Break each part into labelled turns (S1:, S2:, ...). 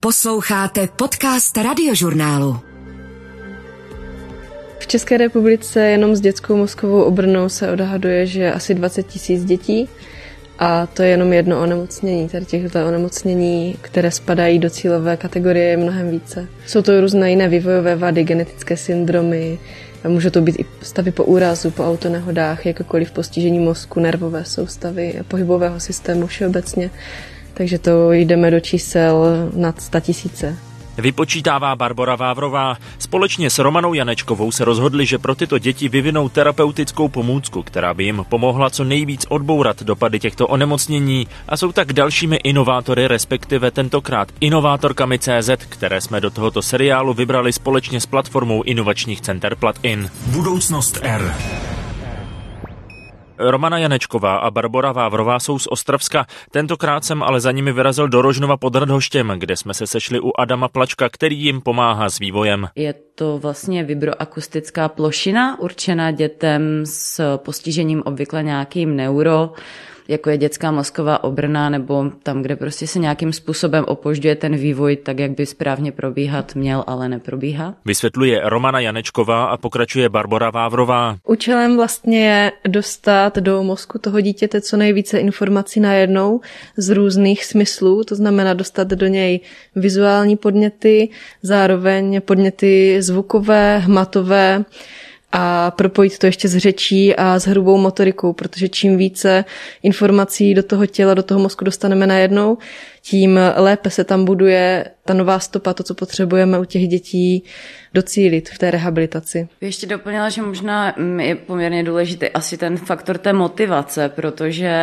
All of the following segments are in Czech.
S1: Posloucháte podcast Radiožurnálu.
S2: V České republice jenom s dětskou mozkovou obrnou se odhaduje, že asi 20 000 dětí a to je jenom jedno onemocnění. Tady těchto onemocnění, které spadají do cílové kategorie, je mnohem více. Jsou to různé jiné vývojové vady, genetické syndromy, můžou to být i stavy po úrazu, po autonehodách, jakékoliv postižení mozku, nervové soustavy a pohybového systému všeobecně. Takže to jdeme do čísel nad 100 000.
S3: Vypočítává Barbora Vávrová. Společně s Romanou Janečkovou se rozhodli, že pro tyto děti vyvinou terapeutickou pomůcku, která by jim pomohla co nejvíc odbourat dopady těchto onemocnění a jsou tak dalšími inovátory, respektive tentokrát inovátorkami CZ, které jsme do tohoto seriálu vybrali společně s platformou inovačních center Plug-in.
S4: Budoucnost R.
S3: Romana Janečková a Barbora Vávrová jsou z Ostravska. Tentokrát jsem ale za nimi vyrazil do Rožnova pod Radhoštěm, kde jsme se sešli u Adama Plačka, který jim pomáhá s vývojem.
S5: Je to vlastně vibroakustická plošina určená dětem s postižením obvykle nějakým neuro, jako je dětská mozková obrna, nebo tam, kde prostě se nějakým způsobem opožďuje ten vývoj tak, jak by správně probíhat měl, ale neprobíhá.
S3: Vysvětluje Romana Janečková a pokračuje Barbora Vávrová.
S2: Účelem vlastně je dostat do mozku toho dítěte co nejvíce informací najednou z různých smyslů, to znamená dostat do něj vizuální podněty, zároveň podněty zvukové, hmatové, a propojit to ještě s řečí a s hrubou motorikou, protože čím více informací do toho těla, do toho mozku dostaneme najednou, tím lépe se tam buduje ta nová stopa, to, co potřebujeme u těch dětí docílit v té rehabilitaci.
S5: Ještě doplnila, že možná je poměrně důležitý asi ten faktor té motivace, protože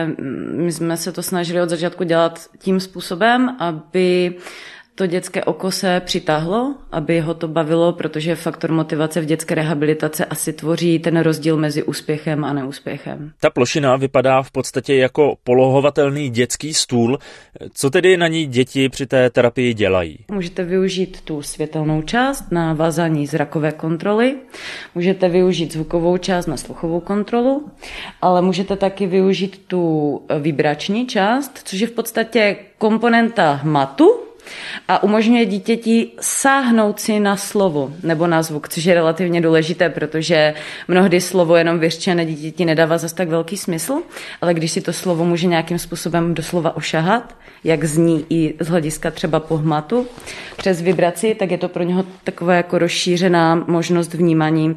S5: my jsme se to snažili od začátku dělat tím způsobem, aby to dětské oko se přitáhlo, aby ho to bavilo, protože faktor motivace v dětské rehabilitaci asi tvoří ten rozdíl mezi úspěchem a neúspěchem.
S3: Ta plošina vypadá v podstatě jako polohovatelný dětský stůl. Co tedy na ní děti při té terapii dělají?
S5: Můžete využít tu světelnou část na vázání zrakové kontroly, můžete využít zvukovou část na sluchovou kontrolu, ale můžete taky využít tu vibrační část, což je v podstatě komponenta hmatu, a umožňuje dítěti sáhnout si na slovo nebo na zvuk, což je relativně důležité, protože mnohdy slovo jenom vyřčené dítěti nedává zas tak velký smysl, ale když si to slovo může nějakým způsobem doslova ošahat, jak zní i z hlediska třeba pohmatu přes vibraci, tak je to pro něho taková jako rozšířená možnost vnímání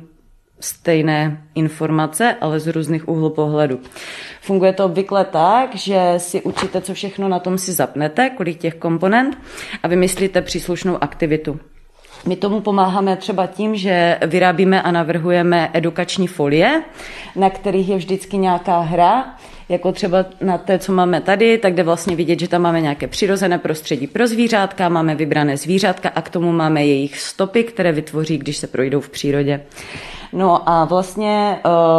S5: stejné informace, ale z různých úhlů pohledu. Funguje to obvykle tak, že si učíte, co všechno na tom si zapnete, kolik těch komponent a vymyslíte příslušnou aktivitu. My tomu pomáháme třeba tím, že vyrábíme a navrhujeme edukační folie, na kterých je vždycky nějaká hra, jako třeba na té, co máme tady, tak jde vlastně vidět, že tam máme nějaké přirozené prostředí pro zvířátka, máme vybrané zvířátka a k tomu máme jejich stopy, které vytvoří, když se projdou v přírodě. No a vlastně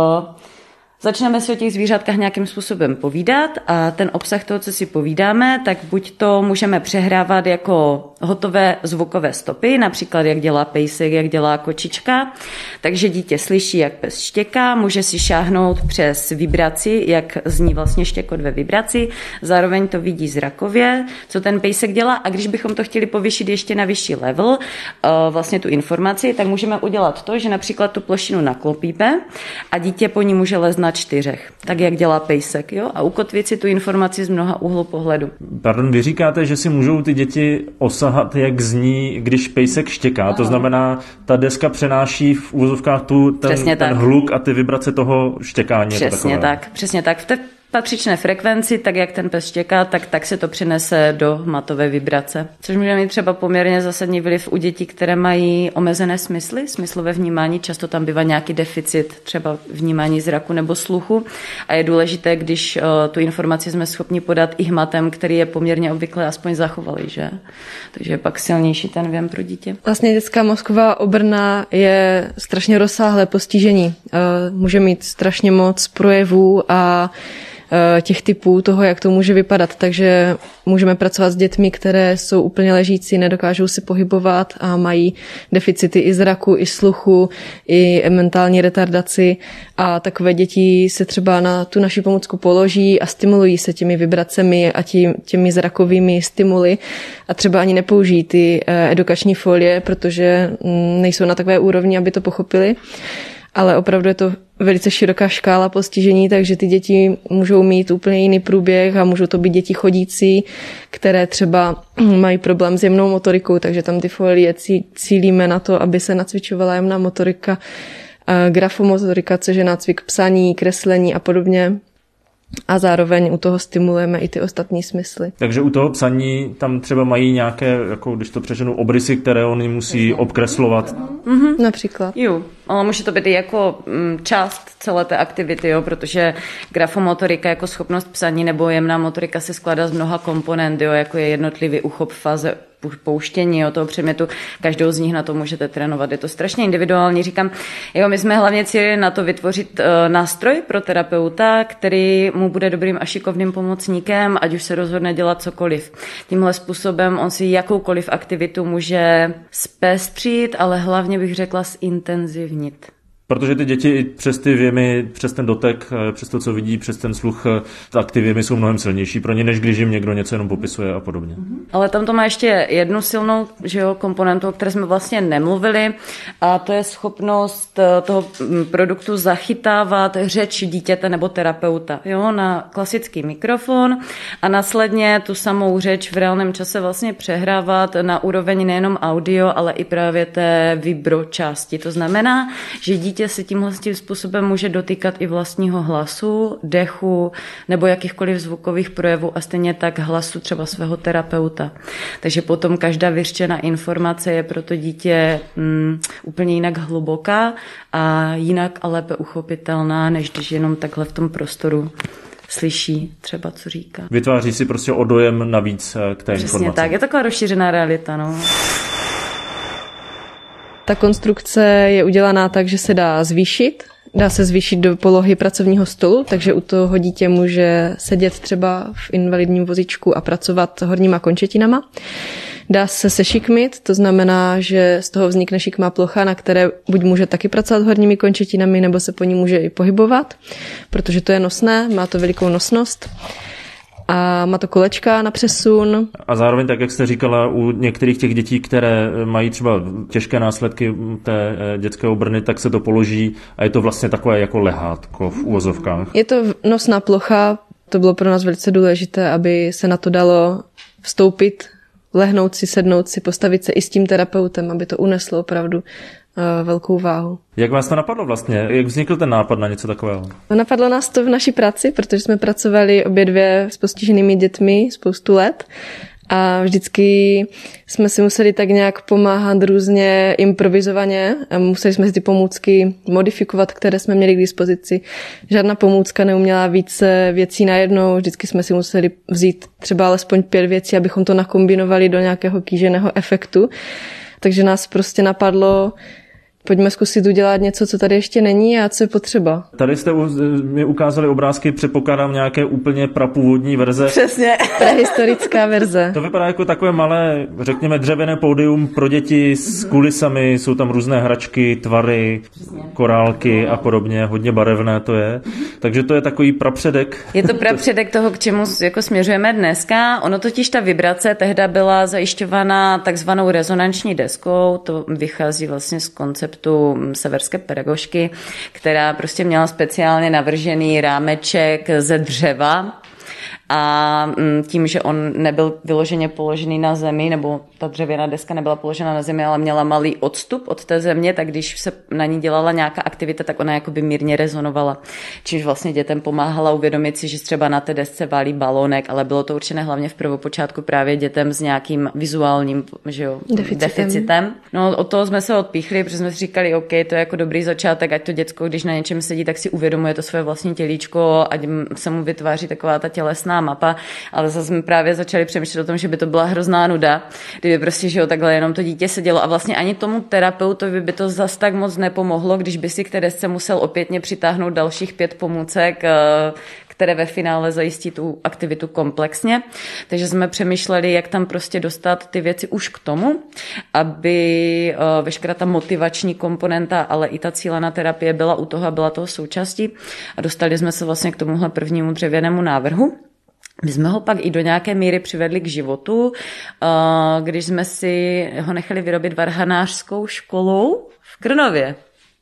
S5: začneme si o těch zvířátkách nějakým způsobem povídat a ten obsah toho, co si povídáme, tak buď to můžeme přehrávat jako hotové zvukové stopy, například jak dělá pejsek, jak dělá kočička, takže dítě slyší, jak pes štěká, může si šáhnout přes vibraci, jak zní vlastně štěkot ve vibraci, zároveň to vidí zrakově, co ten pejsek dělá a když bychom to chtěli povýšit ještě na vyšší level, vlastně tu informaci, tak můžeme udělat to, že například tu plošinu naklopíme a dítě po ní může lezt na 4, tak jak dělá pejsek, jo? A ukotvit si tu informaci z mnoha úhlů pohledu.
S4: Pardon, vy říkáte, že si můžou ty děti osahat, jak zní, když pejsek štěká. Aha. To znamená, ta deska přenáší v úvozovkách ten hluk a ty vibrace toho štěkání.
S5: Přesně tak. V té patřičné frekvenci, tak jak ten pes štěká, tak se to přinese do hmatové vibrace. Což může mít třeba poměrně zásadní vliv u dětí, které mají omezené smysly, smyslové vnímání, často tam bývá nějaký deficit třeba vnímání zraku nebo sluchu a je důležité, když tu informaci jsme schopni podat i hmatem, který je poměrně obvykle aspoň zachovalý, že? Takže je pak silnější ten věm pro dítě.
S2: Vlastně dětská mozková obrna je strašně rozsáhlé postižení. Může mít strašně moc projevů a těch typů toho, jak to může vypadat. Takže můžeme pracovat s dětmi, které jsou úplně ležící, nedokážou se pohybovat a mají deficity i zraku, i sluchu, i mentální retardaci. A takové děti se třeba na tu naši pomůcku položí a stimulují se těmi vibracemi a těmi zrakovými stimuly a třeba ani nepoužijí ty edukační folie, protože nejsou na takové úrovni, aby to pochopili. Ale opravdu je to velice široká škála postižení, takže ty děti můžou mít úplně jiný průběh a můžou to být děti chodící, které třeba mají problém s jemnou motorikou, takže tam ty folie cílíme na to, aby se nacvičovala jemná motorika, grafomotorika, což je nácvik psaní, kreslení a podobně. A zároveň u toho stimulujeme i ty ostatní smysly.
S4: Takže u toho psaní tam třeba mají nějaké, jako když to přeženu, obrysy, které oni musí obkreslovat.
S2: Například.
S5: Jo, ale může to být i jako část celé té aktivity, jo, protože grafomotorika jako schopnost psaní nebo jemná motorika se skládá z mnoha komponent, jo, jako je jednotlivý uchop, fáze pouštění toho předmětu. Každou z nich na to můžete trénovat. Je to strašně individuální. Říkám, jo, my jsme hlavně cílili na to vytvořit nástroj pro terapeuta, který mu bude dobrým a šikovným pomocníkem, ať už se rozhodne dělat cokoliv. Tímhle způsobem on si jakoukoliv aktivitu může zpestřit, ale hlavně bych řekla zintenzivnit.
S4: Protože ty děti přes ty věmy, přes ten dotek, přes to, co vidí, přes ten sluch, tak ty věmy jsou mnohem silnější pro ně, než když jim někdo něco jenom popisuje a podobně.
S5: Ale tam to má ještě jednu silnou, že jo, komponentu, o které jsme vlastně nemluvili, a to je schopnost toho produktu zachytávat řeč dítěte nebo terapeuta, jo, na klasický mikrofon a následně tu samou řeč v reálném čase vlastně přehrávat na úroveň nejenom audio, ale i právě té vibro části. To znamená, že dítě se tímhle způsobem může dotýkat i vlastního hlasu, dechu nebo jakýchkoliv zvukových projevů a stejně tak hlasu třeba svého terapeuta. Takže potom každá vyřčená informace je pro to dítě úplně jinak hluboká a jinak a lépe uchopitelná, než když jenom takhle v tom prostoru slyší třeba, co říká.
S4: Vytváří si prostě o dojem navíc k té informaci.
S5: Přesně tak, je taková rozšířená realita, no.
S2: Ta konstrukce je udělaná tak, že se dá zvýšit. Dá se zvýšit do polohy pracovního stolu, takže u toho dítě může sedět třeba v invalidním vozíčku a pracovat horníma končetinama. Dá se sešikmit, to znamená, že z toho vznikne šikmá plocha, na které buď může taky pracovat horními končetinami, nebo se po ní může i pohybovat, protože to je nosné, má to velikou nosnost. A má to kolečka na přesun.
S4: A zároveň, tak jak jste říkala, u některých těch dětí, které mají třeba těžké následky té dětské obrny, tak se to položí a je to vlastně takové jako lehátko v uvozovkách.
S2: Je to nosná plocha, to bylo pro nás velice důležité, aby se na to dalo vstoupit, lehnout si, sednout si, postavit se i s tím terapeutem, aby to uneslo opravdu velkou váhu.
S4: Jak vás to napadlo vlastně? Jak vznikl ten nápad na něco takového?
S2: Napadlo nás to v naší práci, protože jsme pracovali obě dvě s postiženými dětmi spoustu let a vždycky jsme si museli tak nějak pomáhat různě improvizovaně a museli jsme si ty pomůcky modifikovat, které jsme měli k dispozici. Žádná pomůcka neuměla více věcí najednou, vždycky jsme si museli vzít třeba alespoň 5 věcí, abychom to nakombinovali do nějakého kýženého efektu. Takže nás prostě napadlo, pojďme zkusit udělat něco, co tady ještě není a co je potřeba.
S4: Tady jste mi ukázali obrázky, předpokládám nějaké úplně prapůvodní verze.
S2: Přesně, prehistorická verze.
S4: To vypadá jako takové malé, řekněme, dřevěné pódium pro děti s kulisami, jsou tam různé hračky, tvary, korálky a podobně, hodně barevné to je. Takže to je takový prapředek.
S5: Je to prapředek toho, k čemu jako směřujeme dneska. Ono totiž ta vibrace tehda byla zajišťována takzvanou rezonanční deskou, to vychází vlastně z konceptu severské pedagožky, která prostě měla speciálně navržený rámeček ze dřeva a tím, že on nebyl vyloženě položený na zemi, nebo ta dřevěná deska nebyla položena na zemi, ale měla malý odstup od té země, tak když se na ní dělala nějaká aktivita, tak ona jakoby mírně rezonovala. Čímž vlastně dětem pomáhala uvědomit si, že třeba na té desce válí balónek, ale bylo to určené hlavně v prvopočátku právě dětem s nějakým vizuálním, že jo, deficitem. No od toho jsme se odpíchli, protože jsme si říkali, OK, to je jako dobrý začátek, ať to děcko, když na něčem sedí, tak si uvědomuje to své vlastní tělíčko, ať se mu vytváří taková ta tělesná mapa, ale zase jsme právě začali přemýšlet o tom, že by to byla hrozná nuda, kdyby prostě, že jo, takhle jenom to dítě sedělo a vlastně ani tomu terapeutovi by to zas tak moc nepomohlo, když by si k té desce musel opětně přitáhnout dalších 5 pomůcek, které ve finále zajistí tu aktivitu komplexně. Takže jsme přemýšleli, jak tam prostě dostat ty věci už k tomu, aby veškerá ta motivační komponenta, ale i ta cílená terapie byla u toho a byla toho součástí. A dostali jsme se vlastně k tomuhle prvnímu dřevěnému návrhu. My jsme ho pak i do nějaké míry přivedli k životu, když jsme si ho nechali vyrobit varhanářskou školou v Krnově.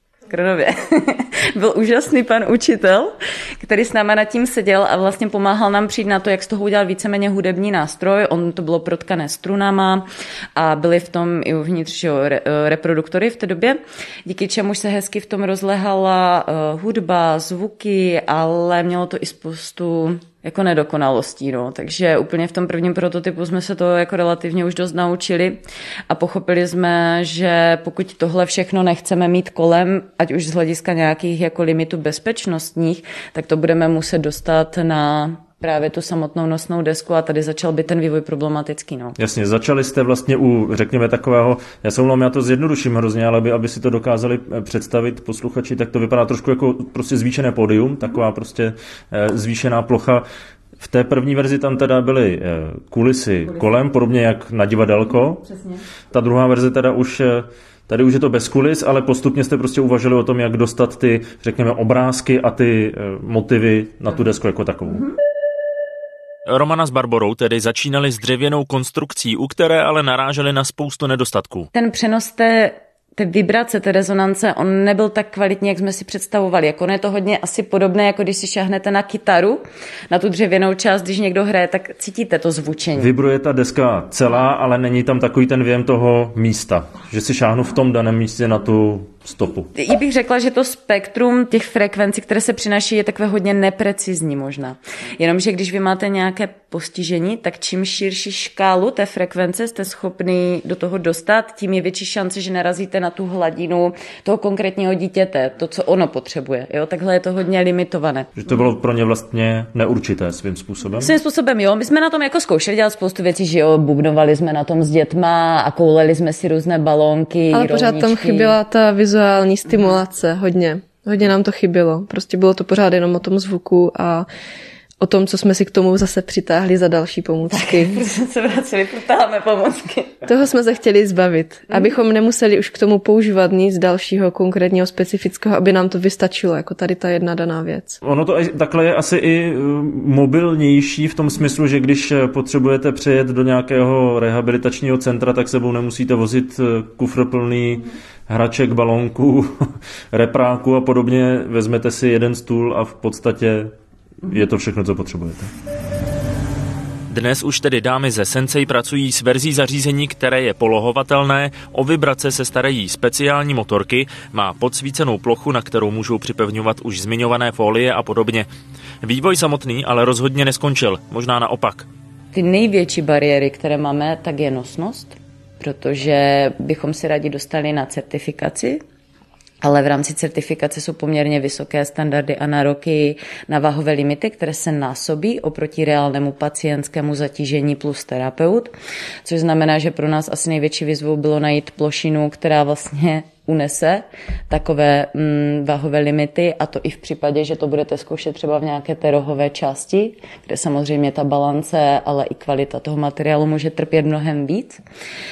S5: Byl úžasný pan učitel, který s náma nad tím seděl a vlastně pomáhal nám přijít na to, jak z toho udělat víceméně hudební nástroj. On to bylo protkané strunama a byly v tom i uvnitř reproduktory v té době, díky čemuž se hezky v tom rozlehala hudba, zvuky, ale mělo to i spoustu jako nedokonalostí, no. Takže úplně v tom prvním prototypu jsme se to jako relativně už dost naučili a pochopili jsme, že pokud tohle všechno nechceme mít kolem, ať už z hlediska nějakých jako limitů bezpečnostních, tak to budeme muset dostat na právě tu samotnou nosnou desku a tady začal být ten vývoj problematický. No.
S4: Jasně, začali jste vlastně u, řekněme, takového, já to zjednoduším hrozně, ale aby si to dokázali představit posluchači, tak to vypadá trošku jako prostě zvýšené pódium, taková prostě zvýšená plocha. V té první verzi tam teda byly kulisy kolem, podobně jak na divadelko.
S5: Přesně.
S4: Ta druhá verze teda už tady už je to bez kulis, ale postupně jste prostě uvažili o tom, jak dostat ty, řekněme, obrázky a ty motivy na tu desku jako takovou.
S3: Romana s Barborou tedy začínali s dřevěnou konstrukcí, u které ale naráželi na spoustu nedostatků.
S5: Ten přenos té vibrace, té rezonance, on nebyl tak kvalitní, jak jsme si představovali. Jako on je to hodně asi podobné, jako když si šáhnete na kytaru, na tu dřevěnou část, když někdo hraje, tak cítíte to zvučení.
S4: Vibruje ta deska celá, ale není tam takový ten věm toho místa, že si šáhnu v tom daném místě na tu stopu.
S5: Já bych řekla, že to spektrum těch frekvencí, které se přináší, je takové hodně neprecizní možná. Jenomže když vy máte nějaké postižení, tak čím širší škálu té frekvence jste schopný do toho dostat, tím je větší šance, že narazíte na tu hladinu toho konkrétního dítěte, to, co ono potřebuje. Jo? Takhle je to hodně limitované.
S4: Že to bylo pro ně vlastně neurčité svým způsobem?
S5: Svým způsobem, jo. My jsme na tom jako zkoušeli dělat spoustu věcí, že jo, bubnovali jsme na tom s dětma a kouleli jsme si různé balónky,
S2: ale pořád tam chyběla ta vizuální stimulace, hodně nám to chybělo. Prostě bylo to pořád jenom o tom zvuku a o tom, co jsme si k tomu zase přitáhli za další pomůcky.
S5: Tak, se vraceli, protáháme pomůcky.
S2: Toho jsme se chtěli zbavit, abychom nemuseli už k tomu používat nic dalšího konkrétního specifického, aby nám to vystačilo, jako tady ta jedna daná věc.
S4: Ono to takhle je asi i mobilnější v tom smyslu, že když potřebujete přejet do nějakého rehabilitačního centra, tak sebou nemusíte vozit kufr plný hraček, balónků, repráků a podobně. Vezmete si jeden stůl a v podstatě je to všechno, co potřebujete.
S3: Dnes už tedy dámy ze Sensei pracují s verzí zařízení, které je polohovatelné, o vibrace se starají speciální motorky, má podsvícenou plochu, na kterou můžou připevňovat už zmiňované folie a podobně. Vývoj samotný ale rozhodně neskončil, možná naopak.
S5: Ty největší bariéry, které máme, tak je nosnost, protože bychom si rádi dostali na certifikaci, ale v rámci certifikace jsou poměrně vysoké standardy a nároky na váhové limity, které se násobí oproti reálnému pacientskému zatížení plus terapeut, což znamená, že pro nás asi největší výzvou bylo najít plošinu, která vlastně unese takové váhové limity, a to i v případě, že to budete zkoušet třeba v nějaké té rohové části, kde samozřejmě ta balance, ale i kvalita toho materiálu může trpět mnohem víc.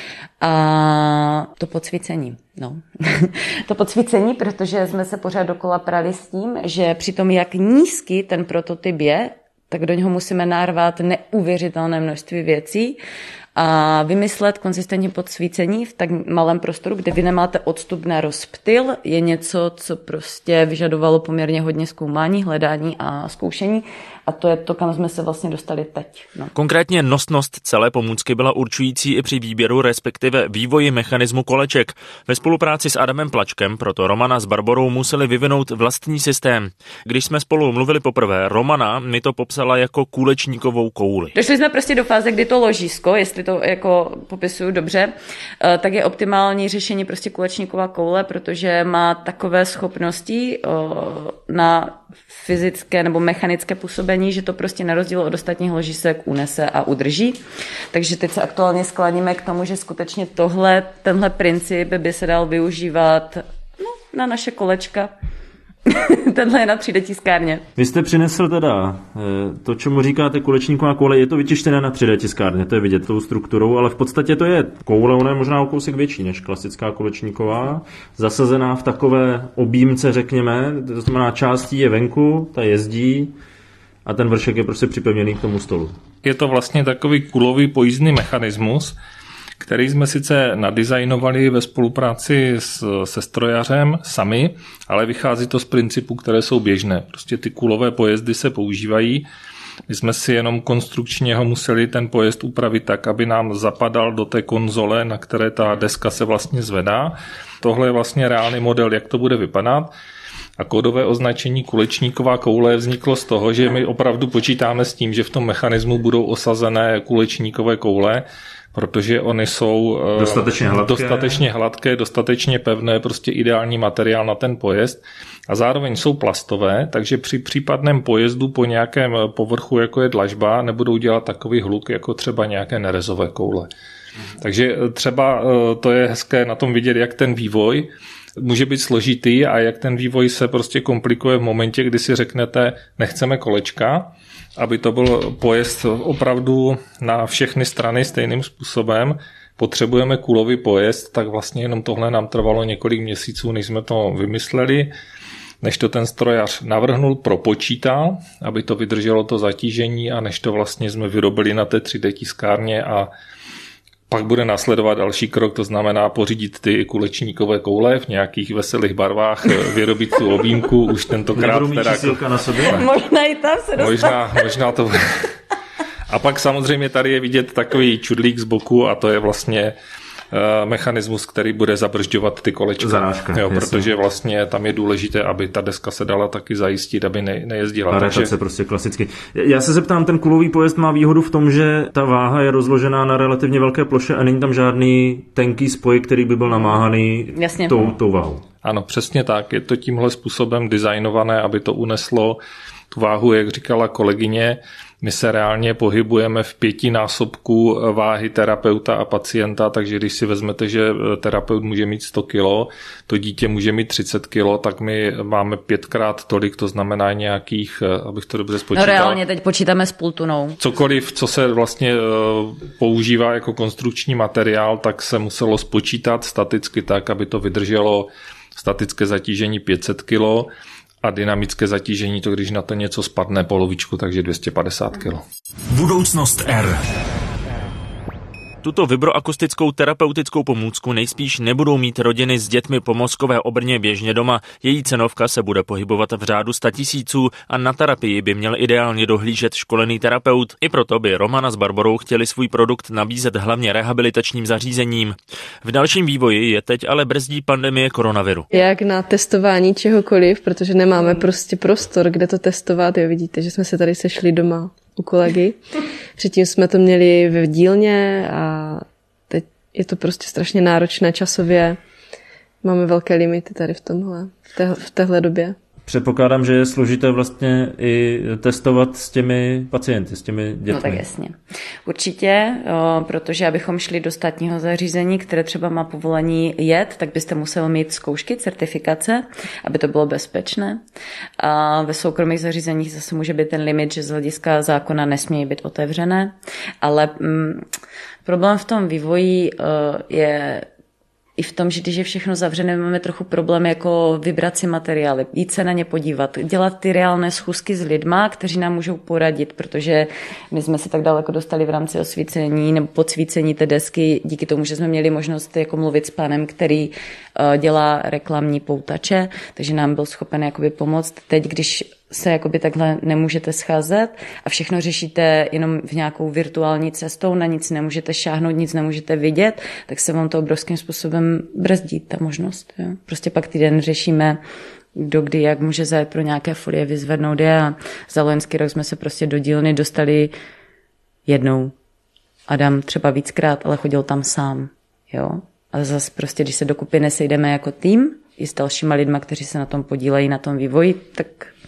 S5: A to podsvícení, no. To podsvícení, protože jsme se pořád dokola prali s tím, že při tom, jak nízký ten prototyp je, tak do něho musíme narvat neuvěřitelné množství věcí a vymyslet konzistentní podsvícení v tak malém prostoru, kde vy nemáte odstup na rozptyl, je něco, co prostě vyžadovalo poměrně hodně zkoumání, hledání a zkoušení. A to je to, kam jsme se vlastně dostali teď. No.
S3: Konkrétně nosnost celé pomůcky byla určující i při výběru, respektive vývoji mechanismu koleček. Ve spolupráci s Adamem Plačkem proto Romana s Barborou museli vyvinout vlastní systém. Když jsme spolu mluvili poprvé, Romana mi to popsala jako kulečníkovou kouli.
S5: Došli jsme prostě do fáze, kdy to ložisko, jestli to jako popisuju dobře, tak je optimální řešení prostě kulečníková koule, protože má takové schopnosti na fyzické nebo mechanické působení, že to prostě na rozdíl od ostatních ložisek unese a udrží. Takže teď se aktuálně skláníme k tomu, že skutečně tenhle princip by se dal využívat na naše kolečka. Tenhle je na 3D tiskárně.
S4: Vy jste přinesl teda to, čemu říkáte kulečníková koule, je to vytištěné na 3D tiskárně, to je vidět tou strukturou, ale v podstatě to je koule, ona je možná o kousek větší než klasická kulečníková, zasazená v takové objímce, řekněme, to znamená částí je venku, ta jezdí a ten vršek je prostě připevněný k tomu stolu.
S6: Je to vlastně takový kulový pojízdný mechanismus, který jsme sice nadizajnovali ve spolupráci se strojařem sami, ale vychází to z principů, které jsou běžné. Prostě ty kulové pojezdy se používají. My jsme si jenom konstrukčně ho museli ten pojezd upravit tak, aby nám zapadal do té konzole, na které ta deska se vlastně zvedá. Tohle je vlastně reálný model, jak to bude vypadat. A kódové označení kulečníková koule vzniklo z toho, že my opravdu počítáme s tím, že v tom mechanismu budou osazené kulečníkové koule, protože oni jsou dostatečně hladké, dostatečně pevné, prostě ideální materiál na ten pojezd a zároveň jsou plastové, takže při případném pojezdu po nějakém povrchu, jako je dlažba, nebudou dělat takový hluk, jako třeba nějaké nerezové koule. Takže třeba to je hezké na tom vidět, jak ten vývoj může být složitý a jak ten vývoj se prostě komplikuje v momentě, kdy si řeknete, nechceme kolečka, aby to byl pojezd opravdu na všechny strany stejným způsobem. Potřebujeme kulový pojezd, tak vlastně jenom tohle nám trvalo několik měsíců, než jsme to vymysleli, než to ten strojař navrhnul, propočítal, aby to vydrželo to zatížení a než to vlastně jsme vyrobili na té 3D tiskárně a pak bude následovat další krok, to znamená pořídit ty kulečníkové koule v nějakých veselých barvách, vyrobit tu objímku, už tentokrát.
S4: Nebudou mít čísilka na sobě?
S5: Možná i tam se dostane.
S6: Možná to bude. A pak samozřejmě tady je vidět takový čudlík z boku a to je vlastně mechanismus, který bude zabržďovat ty kolečka.
S4: Zarážka,
S6: jo, protože vlastně tam je důležité, aby ta deska se dala taky zajistit, aby nejezdila.
S4: Aretace prostě klasicky. Já se zeptám, ten kulový pojezd má výhodu v tom, že ta váha je rozložená na relativně velké ploše a není tam žádný tenký spoj, který by byl namáhaný tou váhou.
S6: Ano, přesně tak. Je to tímhle způsobem designované, aby to uneslo tu váhu, jak říkala kolegyně. My se reálně pohybujeme v 5násobku váhy terapeuta a pacienta, takže když si vezmete, že terapeut může mít 100 kg, to dítě může mít 30 kg, tak my máme 5x tolik, to znamená nějakých, abych to dobře spočítal.
S5: No reálně teď počítáme s půl tunou.
S6: Cokoliv, co se vlastně používá jako konstrukční materiál, tak se muselo spočítat staticky tak, aby to vydrželo statické zatížení 500 kg. A dynamické zatížení, to když na to něco spadne polovičku, takže 250 kg.
S1: Budoucnost R.
S3: Tuto vibroakustickou terapeutickou pomůcku nejspíš nebudou mít rodiny s dětmi po mozkové obrně běžně doma. Její cenovka se bude pohybovat v řádu 100 000 a na terapii by měl ideálně dohlížet školený terapeut. I proto by Romana s Barborou chtěli svůj produkt nabízet hlavně rehabilitačním zařízením. V dalším vývoji je teď ale brzdí pandemie koronaviru.
S2: Jak na testování čehokoliv, protože nemáme prostě prostor, kde to testovat. Jo, vidíte, že jsme se tady sešli doma u kolegy. Předtím jsme to měli v dílně a teď je to prostě strašně náročné časově. Máme velké limity tady v tomhle, v téhle době.
S4: Předpokládám, že je složité vlastně i testovat s těmi pacienty, s těmi dětmi.
S5: No tak jasně. Určitě, protože abychom šli do státního zařízení, které třeba má povolení jet, tak byste musel mít zkoušky, certifikace, aby to bylo bezpečné. A ve soukromých zařízeních zase může být ten limit, že z hlediska zákona nesmějí být otevřené. Ale problém v tom vývoji je i v tom, že když je všechno zavřené, máme trochu problém jako vybrat si materiály, jít se na ně podívat, dělat ty reálné schůzky s lidma, kteří nám můžou poradit, protože my jsme se tak daleko dostali v rámci osvícení nebo podsvícení té desky díky tomu, že jsme měli možnost jako mluvit s pánem, který dělá reklamní poutače, takže nám byl schopen jakoby pomoct. Teď, když se jakoby takhle nemůžete scházet a všechno řešíte jenom v nějakou virtuální cestou, na nic nemůžete šáhnout, nic nemůžete vidět, tak se vám to obrovským způsobem brzdí, ta možnost. Jo? Prostě pak týden řešíme, kdo kdy, jak může zajet pro nějaké folie, vyzvednout je a za loňský rok jsme se prostě do dílny dostali jednou. Adam třeba víckrát, ale chodil tam sám. Jo? A zase prostě, když se dokupy nesejdeme jako tým i s dalšíma lidma, kteří se na tom podílejí, na tom vývoji, tak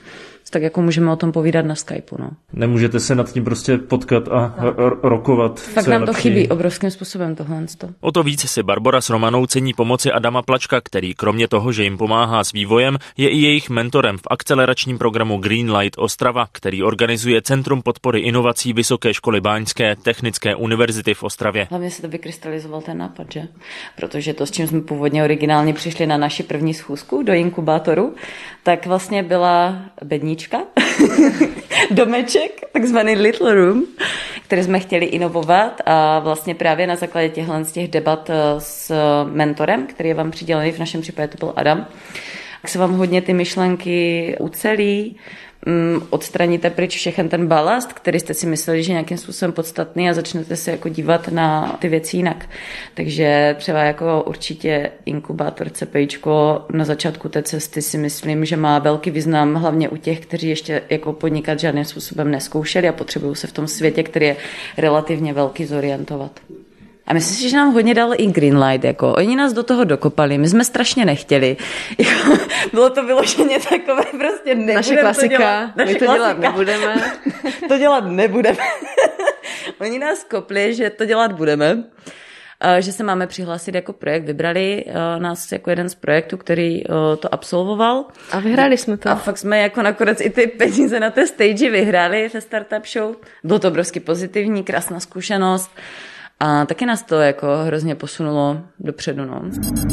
S5: tak jako můžeme o tom povídat na Skypeu. No.
S4: Nemůžete se nad tím prostě potkat a rokovat.
S5: Fakt nám to chybí obrovským způsobem tohle.
S3: O to víc si Barbora s Romanou cení pomoci Adama Plačka, který kromě toho, že jim pomáhá s vývojem, je i jejich mentorem v akceleračním programu Greenlight Ostrava, který organizuje Centrum podpory inovací Vysoké školy báňské Technické univerzity v Ostravě.
S5: Hlavně se to vykrystalizoval ten nápad, že? Protože to, s čím jsme původně originálně přišli na naši první schůzku do inkubátoru, tak vlastně byla bednička, domeček, takzvaný little room, který jsme chtěli inovovat a vlastně právě na základě z těch debat s mentorem, který je vám přidělený, v našem případě to byl Adam, tak se vám hodně ty myšlenky ucelí, odstraníte pryč všechen ten balast, který jste si mysleli, že je nějakým způsobem podstatný a začnete se jako dívat na ty věci jinak. Takže třeba jako určitě inkubátor CPIčko na začátku té cesty si myslím, že má velký význam hlavně u těch, kteří ještě jako podnikat žádným způsobem nezkoušeli a potřebují se v tom světě, který je relativně velký, zorientovat. A myslím si, že nám hodně dal i Greenlight, jako oni nás do toho dokopali, my jsme strašně nechtěli. Bylo to vyloženě takové prostě nebudeme.
S2: Naše klasika, my to dělat nebudeme.
S5: To dělat nebudeme. Oni nás kopli, že to dělat budeme, že se máme přihlásit jako projekt, vybrali nás jako jeden z projektů, který to absolvoval.
S2: A vyhráli jsme to.
S5: A fakt jsme jako nakonec i ty peníze na té stage vyhráli ve Startup Show. Bylo to obrovsky pozitivní, krásná zkušenost. A taky nás to jako hrozně posunulo dopředu. No.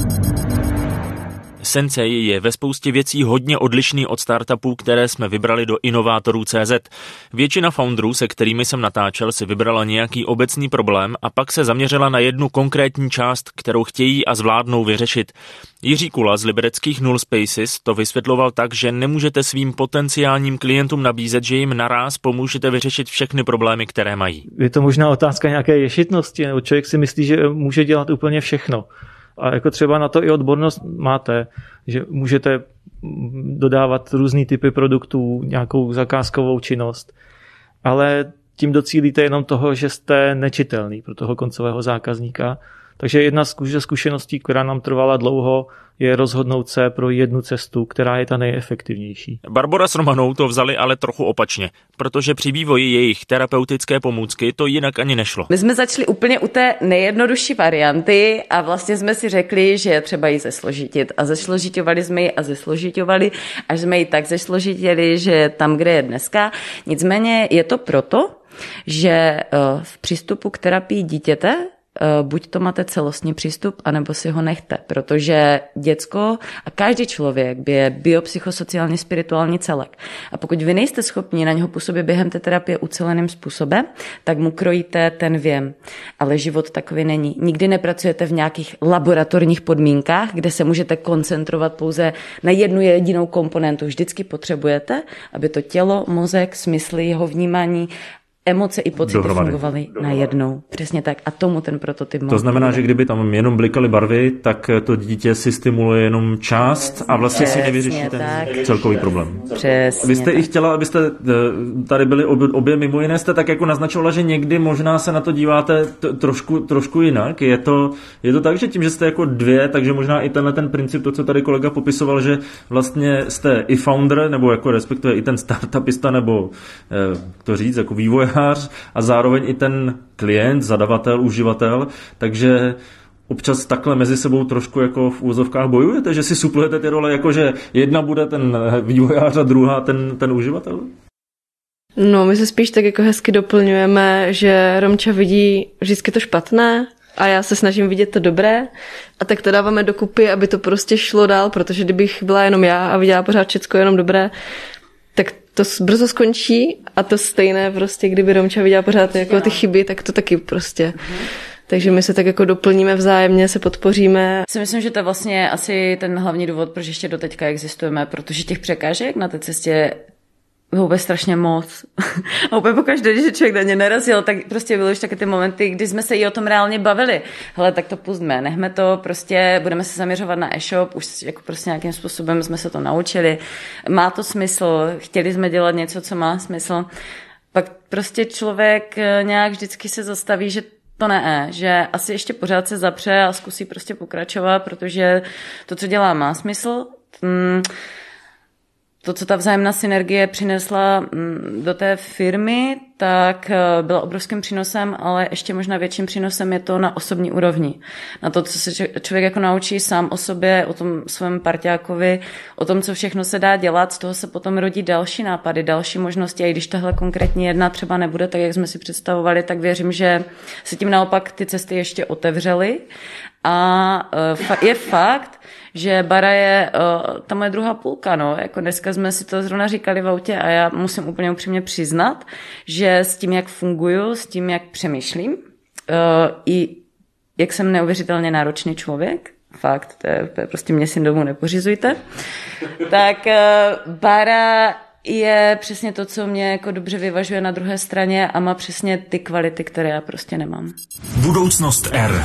S3: Sensei je ve spoustě věcí hodně odlišný od startupů, které jsme vybrali do Inovátorů.cz. Většina founderů, se kterými jsem natáčel, si vybrala nějaký obecný problém a pak se zaměřila na jednu konkrétní část, kterou chtějí a zvládnou vyřešit. Jiří Kula z libereckých Null Spaces to vysvětloval tak, že nemůžete svým potenciálním klientům nabízet, že jim naráz pomůžete vyřešit všechny problémy, které mají.
S7: Je to možná otázka nějaké ješitnosti, nebo člověk si myslí, že může dělat úplně všechno. A jako třeba na to i odbornost máte, že můžete dodávat různý typy produktů, nějakou zakázkovou činnost, ale tím docílíte jenom toho, že jste nečitelný pro toho koncového zákazníka. Takže jedna z zkušeností, která nám trvala dlouho, je rozhodnout se pro jednu cestu, která je ta nejefektivnější.
S3: Barbora s Romanou to vzali ale trochu opačně, protože při vývoji jejich terapeutické pomůcky to jinak ani nešlo.
S5: My jsme začali úplně u té nejjednodušší varianty a vlastně jsme si řekli, že je třeba ji zesložitit. A zesložitovali jsme ji a zesložitovali, až jsme ji tak zesložitili, že tam, kde je dneska. Nicméně je to proto, že v přístupu k terapii dítěte buď to máte celostní přístup, anebo si ho nechte, protože děcko a každý člověk je biopsychosociálně spirituální celek. A pokud vy nejste schopni na něho působit během té terapie uceleným způsobem, tak mu krojíte ten věm. Ale život takový není. Nikdy nepracujete v nějakých laboratorních podmínkách, kde se můžete koncentrovat pouze na jednu jedinou komponentu. Vždycky potřebujete, aby to tělo, mozek, smysly, jeho vnímání, emoce i pocity fungovaly najednou. Přesně tak. A tomu ten prototyp má.
S4: To znamená, že kdyby tam jenom blikaly barvy, tak to dítě si stimuluje jenom část a vlastně si nevyřeší ten celkový problém.
S5: Přesně.
S4: Vy jste i chtěla, abyste tady byli obě mimo jiné, jste tak jako naznačovala, že někdy možná se na to díváte trošku jinak. Je to tak, že tím, že jste jako dvě, takže možná i tenhle ten princip, to, co tady kolega popisoval, že vlastně jste i founder, nebo jako respektive i ten startupista, nebo to říct, jako vývojář, a zároveň i ten klient, zadavatel, uživatel, takže občas takhle mezi sebou trošku jako v úvozovkách bojujete, že si suplujete ty role, jako že jedna bude ten vývojář a druhá ten uživatel?
S2: No, my se spíš tak jako hezky doplňujeme, že Romča vidí vždycky to špatné a já se snažím vidět to dobré a tak to dáváme dokupy, aby to prostě šlo dál, protože kdybych byla jenom já a viděla pořád všecko jenom dobré, tak to brzo skončí a to stejné prostě, kdyby Romča viděla pořád jako ty chyby, tak to taky prostě. Takže my se tak jako doplníme vzájemně, se podpoříme.
S5: Si myslím, že to je vlastně asi ten hlavní důvod, proč ještě do teďka existujeme, protože těch překážek na té cestě vůbec strašně moc. A úplně pokaždé, když člověk na ně narazil, tak prostě byly už taky ty momenty, kdy jsme se i o tom reálně bavili. Hele, tak to pustíme, nechme to, prostě budeme se zaměřovat na e-shop, už jako prostě nějakým způsobem jsme se to naučili. Má to smysl, chtěli jsme dělat něco, co má smysl. Pak prostě člověk nějak vždycky se zastaví, že to ne, že asi ještě pořád se zapře a zkusí prostě pokračovat, protože to, co dělá, má smysl. to, co ta vzájemná synergie přinesla do té firmy, tak byla obrovským přínosem, ale ještě možná větším přínosem je to na osobní úrovni. Na to, co se člověk jako naučí sám o sobě, o tom svém parťákovi, o tom, co všechno se dá dělat, z toho se potom rodí další nápady, další možnosti. A i když tahle konkrétní jedna třeba nebude tak, jak jsme si představovali, tak věřím, že se tím naopak ty cesty ještě otevřely. A je fakt, že bara je ta moje druhá půlka, no. Jako dneska jsme si to zrovna říkali v autě a já musím úplně upřímně přiznat, že s tím, jak funguju, s tím, jak přemýšlím, i jak jsem neuvěřitelně náročný člověk, fakt, to je prostě mě si domů nepořizujte, tak bara je přesně to, co mě jako dobře vyvažuje na druhé straně a má přesně ty kvality, které já prostě nemám.
S1: Budoucnost R.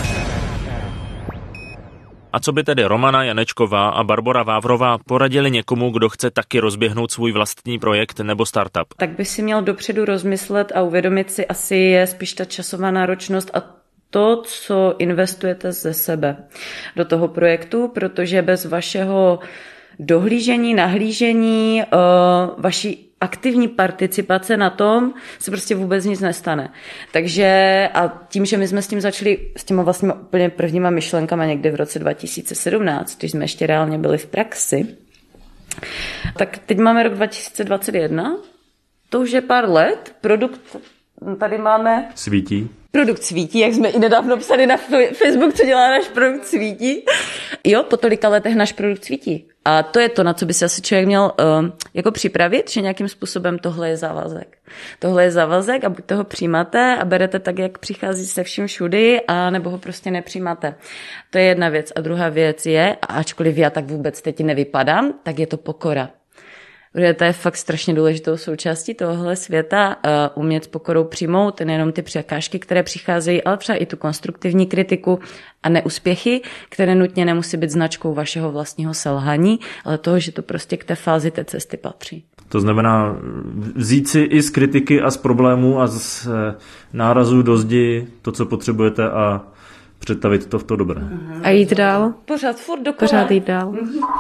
S3: A co by tedy Romana Janečková a Barbora Vávrová poradili někomu, kdo chce taky rozběhnout svůj vlastní projekt nebo startup?
S5: Tak by si měl dopředu rozmyslet a uvědomit si, asi je spíš ta časová náročnost a to, co investujete ze sebe do toho projektu, protože bez vašeho dohlížení, nahlížení, vaší aktivní participace na tom se prostě vůbec nic nestane. Takže a tím, že my jsme s tím začali, s těma vlastně úplně prvníma myšlenkama někde v roce 2017, když jsme ještě reálně byli v praxi, tak teď máme rok 2021, to už je pár let, produkt tady máme...
S4: Svítí.
S5: Produkt svítí, jak jsme i nedávno psali na Facebook, co dělá náš produkt svítí. Jo, po tolika letech náš produkt svítí. A to je to, na co by se asi člověk měl jako připravit, že nějakým způsobem tohle je závazek. Tohle je závazek a buď toho přijímáte a berete tak, jak přichází se vším všudy, a nebo ho prostě nepřijímáte. To je jedna věc. A druhá věc je, a ačkoliv já tak vůbec teď nevypadám, tak je to pokora. Protože to je fakt strašně důležitou součástí tohohle světa, umět s pokorou přijmout nejenom ty překážky, které přicházejí, ale třeba i tu konstruktivní kritiku a neúspěchy, které nutně nemusí být značkou vašeho vlastního selhání, ale toho, že to prostě k té fázi té cesty patří.
S4: To znamená vzít si i z kritiky a z problémů a z nárazů do zdi to, co potřebujete, a představit to v to dobré.
S2: A jít dál.
S5: Pořád furt dokola.
S2: Pořád jít dál.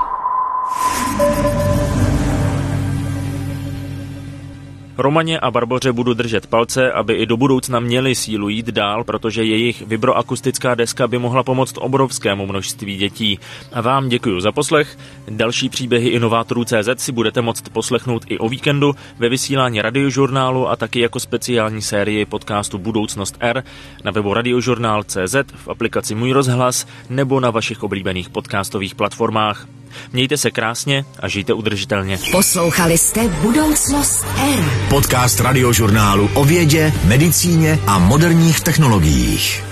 S3: Romaně a Barboře budu držet palce, aby i do budoucna měli sílu jít dál, protože jejich vibroakustická deska by mohla pomoct obrovskému množství dětí. A vám děkuji za poslech. Další příběhy inovátorů.cz si budete moct poslechnout i o víkendu ve vysílání Radiožurnálu a taky jako speciální sérii podcastu Budoucnost R na webu radiožurnál.cz, v aplikaci Můj rozhlas nebo na vašich oblíbených podcastových platformách. Mějte se krásně a žijte udržitelně.
S8: Poslouchali jste Budoucnost R.
S1: Podcast Radiožurnálu o vědě, medicíně a moderních technologiích.